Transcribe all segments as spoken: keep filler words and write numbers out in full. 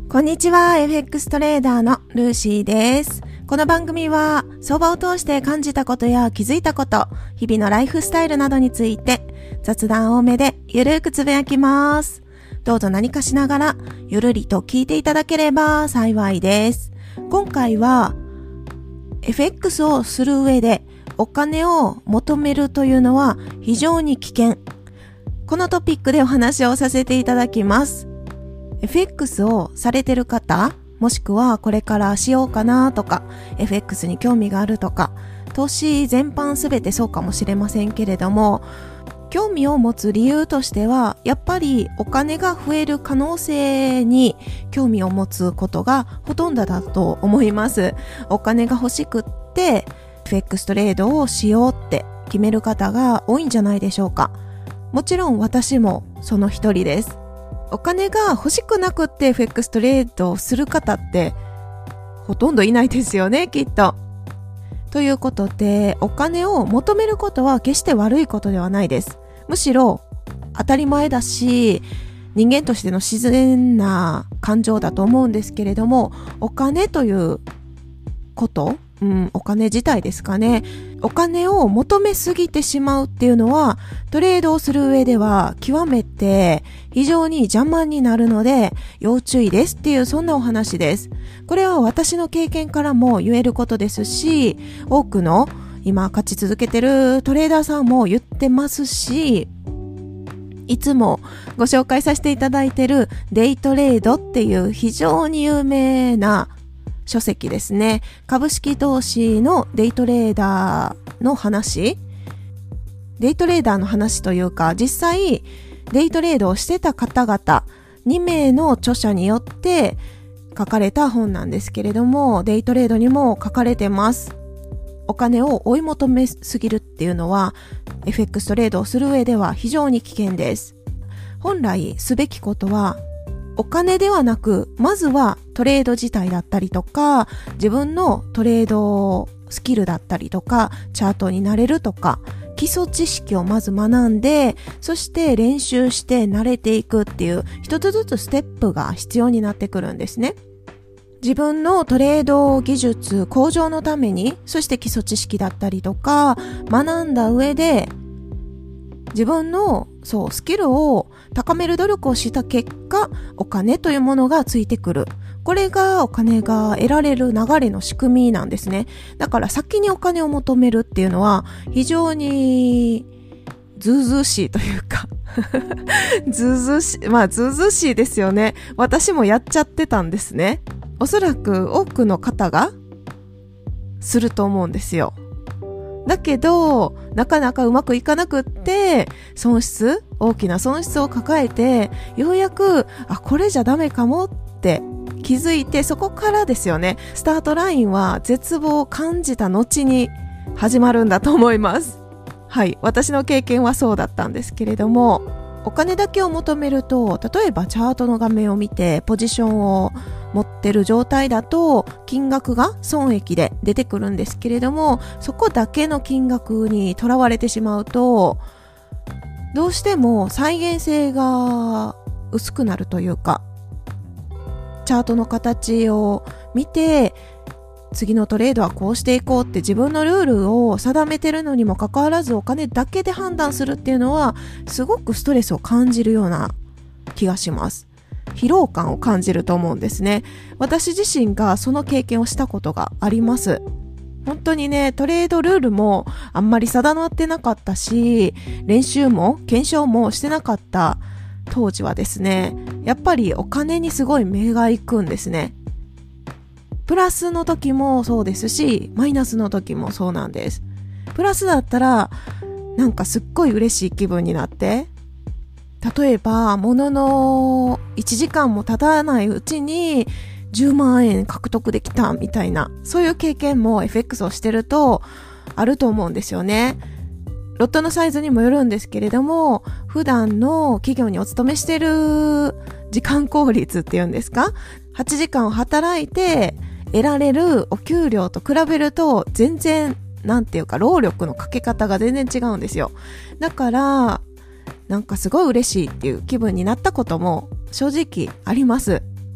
こんにちは、エフエックス トレーダーのルーシーです。この番組は相場を通して感じたことや気づいたこと、日々のライフスタイルなどについて雑談多めでゆるくつぶやきます。どうぞ何かしながらゆるりと聞いていただければ幸いです。今回は エフエックス をする上でお金を求めるというのは非常に危険。このトピックでお話をさせていただきます。エフエックス をされてる方、もしくはこれからしようかなとか、エフエックス に興味があるとか、投資全般すべてそうかもしれませんけれども、興味を持つ理由としては、やっぱりお金が増える可能性に興味を持つことがほとんどだと思います。お金が欲しくって、エフエックス トレードをしようって決める方が多いんじゃないでしょうか。もちろん私もその一人です。お金が欲しくなくって エフエックス トレードをする方ってほとんどいないですよね、きっと。ということで、お金を求めることは決して悪いことではないです。むしろ当たり前だし、人間としての自然な感情だと思うんですけれども、お金ということ、うん、お金自体ですかね。お金を求めすぎてしまうっていうのは、トレードをする上では極めて非常に邪魔になるので要注意ですっていう、そんなお話です。これは私の経験からも言えることですし、多くの今勝ち続けてるトレーダーさんも言ってますし、いつもご紹介させていただいてるデイトレードっていう非常に有名な書籍ですね。株式投資のデイトレーダーの話、デイトレーダーの話というか、実際デイトレードをしてた方々にめいの著者によって書かれた本なんですけれども、デイトレードにも書かれてます。お金を追い求めすぎるっていうのは エフエックス トレードをする上では非常に危険です。本来すべきことはお金ではなく、まずはトレード自体だったりとか、自分のトレードスキルだったりとか、チャートになれるとか、基礎知識をまず学んで、そして練習して慣れていくっていう、一つずつステップが必要になってくるんですね。自分のトレード技術向上のために、そして基礎知識だったりとか、学んだ上で、自分のそうスキルを高める努力をした結果、お金というものがついてくる。これがお金が得られる流れの仕組みなんですね。だから先にお金を求めるっていうのは非常にずうずうしいというかずうずうしい、まあずうずうしいですよね。私もやっちゃってたんですね。おそらく多くの方がすると思うんですよ。だけどなかなかうまくいかなくって、損失大きな損失を抱えて、ようやくあこれじゃダメかもって気づいて、そこからですよね。スタートラインは絶望を感じた後に始まるんだと思います。はい、私の経験はそうだったんですけれども、お金だけを求めると、例えばチャートの画面を見てポジションを持ってる状態だと金額が損益で出てくるんですけれども、そこだけの金額にとらわれてしまうと、どうしても再現性が薄くなるというか、チャートの形を見て次のトレードはこうしていこうって自分のルールを定めてるのにもかかわらず、お金だけで判断するっていうのはすごくストレスを感じるような気がします。疲労感を感じると思うんですね。私自身がその経験をしたことがあります。本当にね、トレードルールもあんまり定まってなかったし、練習も検証もしてなかった当時はですね、やっぱりお金にすごい目が行くんですね。プラスの時もそうですし、マイナスの時もそうなんです。プラスだったらなんかすっごい嬉しい気分になって、例えばもののいちじかんも経たないうちにじゅうまんえん獲得できたみたいな、そういう経験も エフエックス をしてるとあると思うんですよね。ロットのサイズにもよるんですけれども、普段の企業にお勤めしてる時間効率っていうんですか、はちじかんを働いて得られるお給料と比べると全然なんていうか労力のかけ方が全然違うんですよ。だからなんかすごい嬉しいっていう気分になったことも正直あります。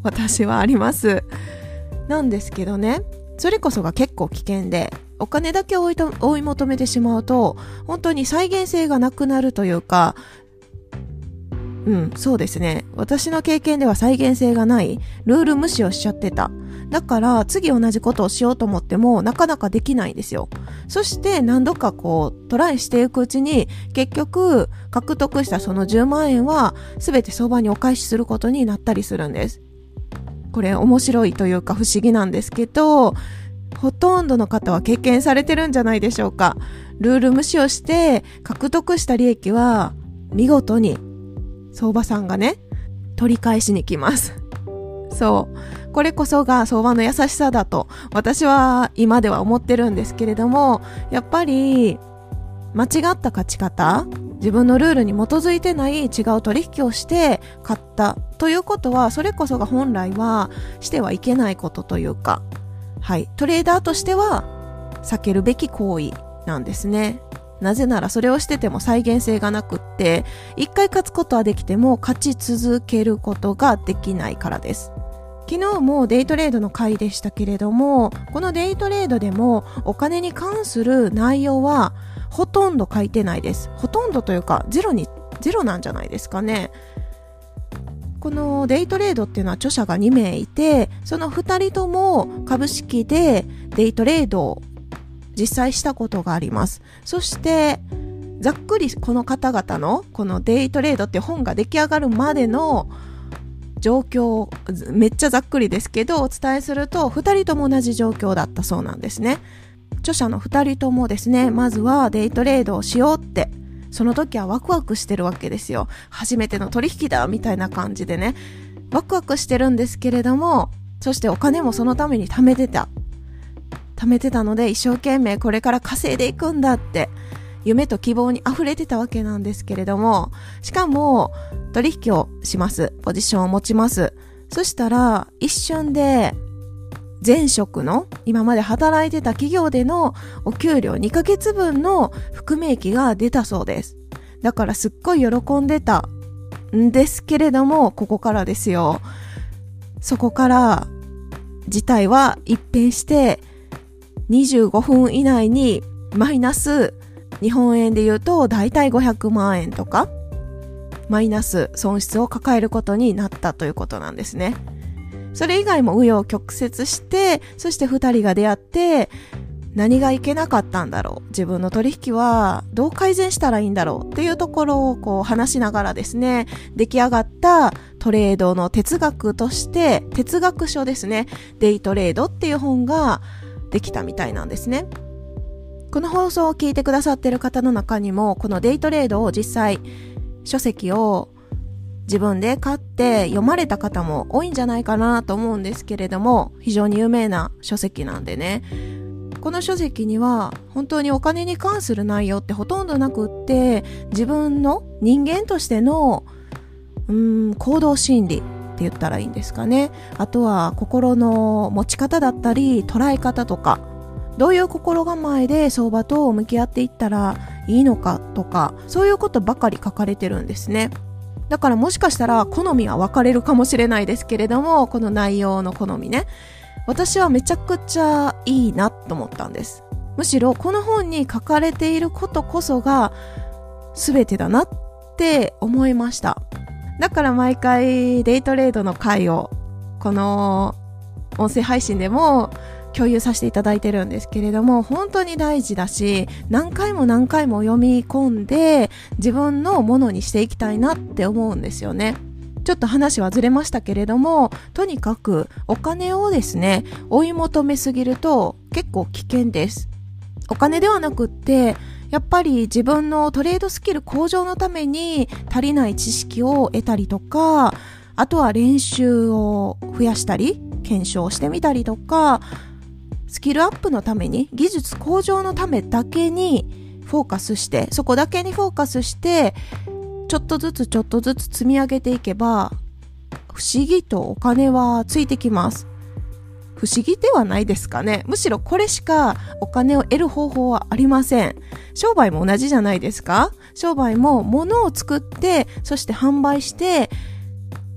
私はあります。なんですけどね、それこそが結構危険で、お金だけ追いと追い求めてしまうと本当に再現性がなくなるというか、うんそうですね、私の経験では再現性がない、ルール無視をしちゃってた。だから次同じことをしようと思ってもなかなかできないんですよ。そして何度かこうトライしていくうちに、結局獲得したそのじゅうまんえんは全て相場にお返しすることになったりするんです。これ面白いというか不思議なんですけど、ほとんどの方は経験されてるんじゃないでしょうか。ルール無視をして獲得した利益は見事に相場さんがね取り返しに来ます。そうこれこそが相場の優しさだと私は今では思ってるんですけれども、やっぱり間違った勝ち方、自分のルールに基づいてない違う取引をして買ったということは、それこそが本来はしてはいけないことというか、はい、トレーダーとしては避けるべき行為なんですね。なぜならそれをしてても再現性がなくって、一回勝つことはできても勝ち続けることができないからです。昨日もデイトレードの回でしたけれども、このデイトレードでもお金に関する内容はほとんど書いてないです。ほとんどというかゼロにゼロなんじゃないですかね。このデイトレードっていうのは著者がにめいいて、そのふたりとも株式でデイトレードを実際したことがあります。そしてざっくりこの方々のこのデイトレードって本が出来上がるまでの状況、めっちゃざっくりですけどお伝えすると、ふたりとも同じ状況だったそうなんですね。著者のふたりともですね、まずはデイトレードをしようって、その時はワクワクしてるわけですよ。初めての取引だみたいな感じでね、ワクワクしてるんですけれども、そしてお金もそのために貯めてた貯めてたので、一生懸命これから稼いでいくんだって夢と希望に溢れてたわけなんですけれども、しかも取引をします。ポジションを持ちます。そしたら一瞬で前職の今まで働いてた企業でのお給料にかげつぶんの含み益が出たそうです。だからすっごい喜んでたんですけれども、ここからですよ。そこから事態は一変して、にじゅうごふん以内にマイナス、日本円で言うとだいたいごひゃくまんえんとかマイナス損失を抱えることになったということなんですね。それ以外も紆余曲折して、そしてふたりが出会って、何がいけなかったんだろう、自分の取引はどう改善したらいいんだろうっていうところをこう話しながらですね、出来上がったトレードの哲学として、哲学書ですね、デイトレードっていう本ができたみたいなんですね。この放送を聞いてくださっている方の中にも、このデイトレードを実際書籍を自分で買って読まれた方も多いんじゃないかなと思うんですけれども、非常に有名な書籍なんでね、この書籍には本当にお金に関する内容ってほとんどなくって、自分の人間としてのうーん行動心理って言ったらいいんですかね、あとは心の持ち方だったり捉え方とか、どういう心構えで相場と向き合っていったらいいのかとか、そういうことばかり書かれてるんですね。だからもしかしたら好みは分かれるかもしれないですけれども、この内容の好みね、私はめちゃくちゃいいなと思ったんです。むしろこの本に書かれていることこそが全てだなって思いました。だから毎回デイトレードの回をこの音声配信でも共有させていただいてるんですけれども、本当に大事だし、何回も何回も読み込んで自分のものにしていきたいなって思うんですよね。ちょっと話はずれましたけれども、とにかくお金をですね追い求めすぎると結構危険です。お金ではなくって、やっぱり自分のトレードスキル向上のために足りない知識を得たりとか、あとは練習を増やしたり検証してみたりとか、スキルアップのために、技術向上のためだけにフォーカスして、そこだけにフォーカスしてちょっとずつちょっとずつ積み上げていけば、不思議とお金はついてきます。不思議ではないですかね。むしろこれしかお金を得る方法はありません。商売も同じじゃないですか。商売も物を作って、そして販売して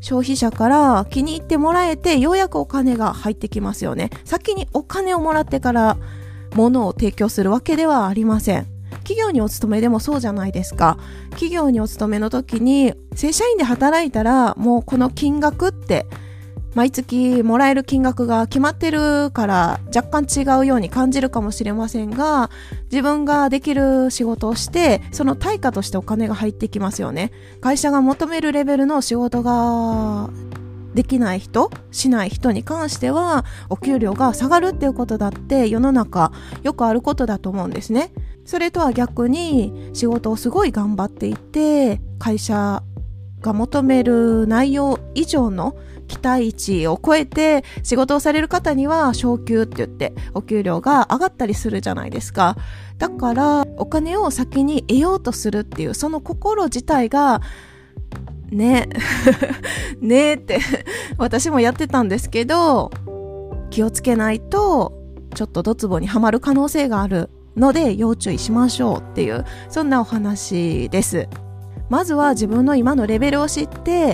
消費者から気に入ってもらえてようやくお金が入ってきますよね。先にお金をもらってから物を提供するわけではありません。企業にお勤めでもそうじゃないですか。企業にお勤めの時に正社員で働いたらもうこの金額って毎月もらえる金額が決まってるから若干違うように感じるかもしれませんが、自分ができる仕事をしてその対価としてお金が入ってきますよね。会社が求めるレベルの仕事ができない人、しない人に関してはお給料が下がるっていうことだって世の中よくあることだと思うんですね。それとは逆に仕事をすごい頑張っていて会社が求める内容以上の期待値を超えて仕事をされる方には昇給って言ってお給料が上がったりするじゃないですか。だからお金を先に得ようとするっていうその心自体がねねって私もやってたんですけど、気をつけないとちょっとドツボにはまる可能性があるので要注意しましょうっていうそんなお話です。まずは自分の今のレベルを知って、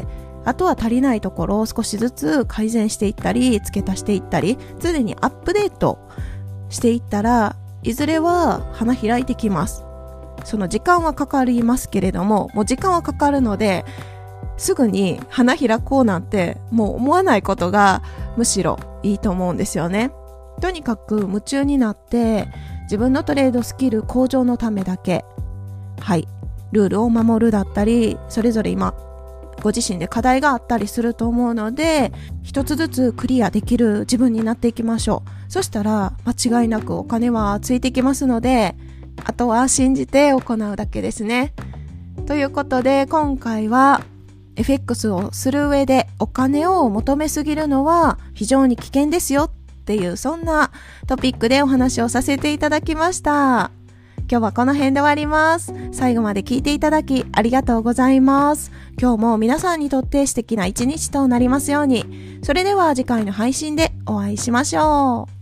あとは足りないところを少しずつ改善していったり付け足していったり常にアップデートしていったらいずれは花開いてきます。その時間はかかりますけれども、もう時間はかかるのですぐに花開こうなんてもう思わないことがむしろいいと思うんですよね。とにかく夢中になって自分のトレードスキル向上のためだけ、はいルールを守るだったり、それぞれ今ご自身で課題があったりすると思うので、一つずつクリアできる自分になっていきましょう。そしたら間違いなくお金はついてきますので、あとは信じて行うだけですね。ということで今回は エフエックス をする上でお金を求めすぎるのは非常に危険ですよっていうそんなトピックでお話をさせていただきました。今日はこの辺で終わります。最後まで聞いていただきありがとうございます。今日も皆さんにとって素敵な一日となりますように。それでは次回の配信でお会いしましょう。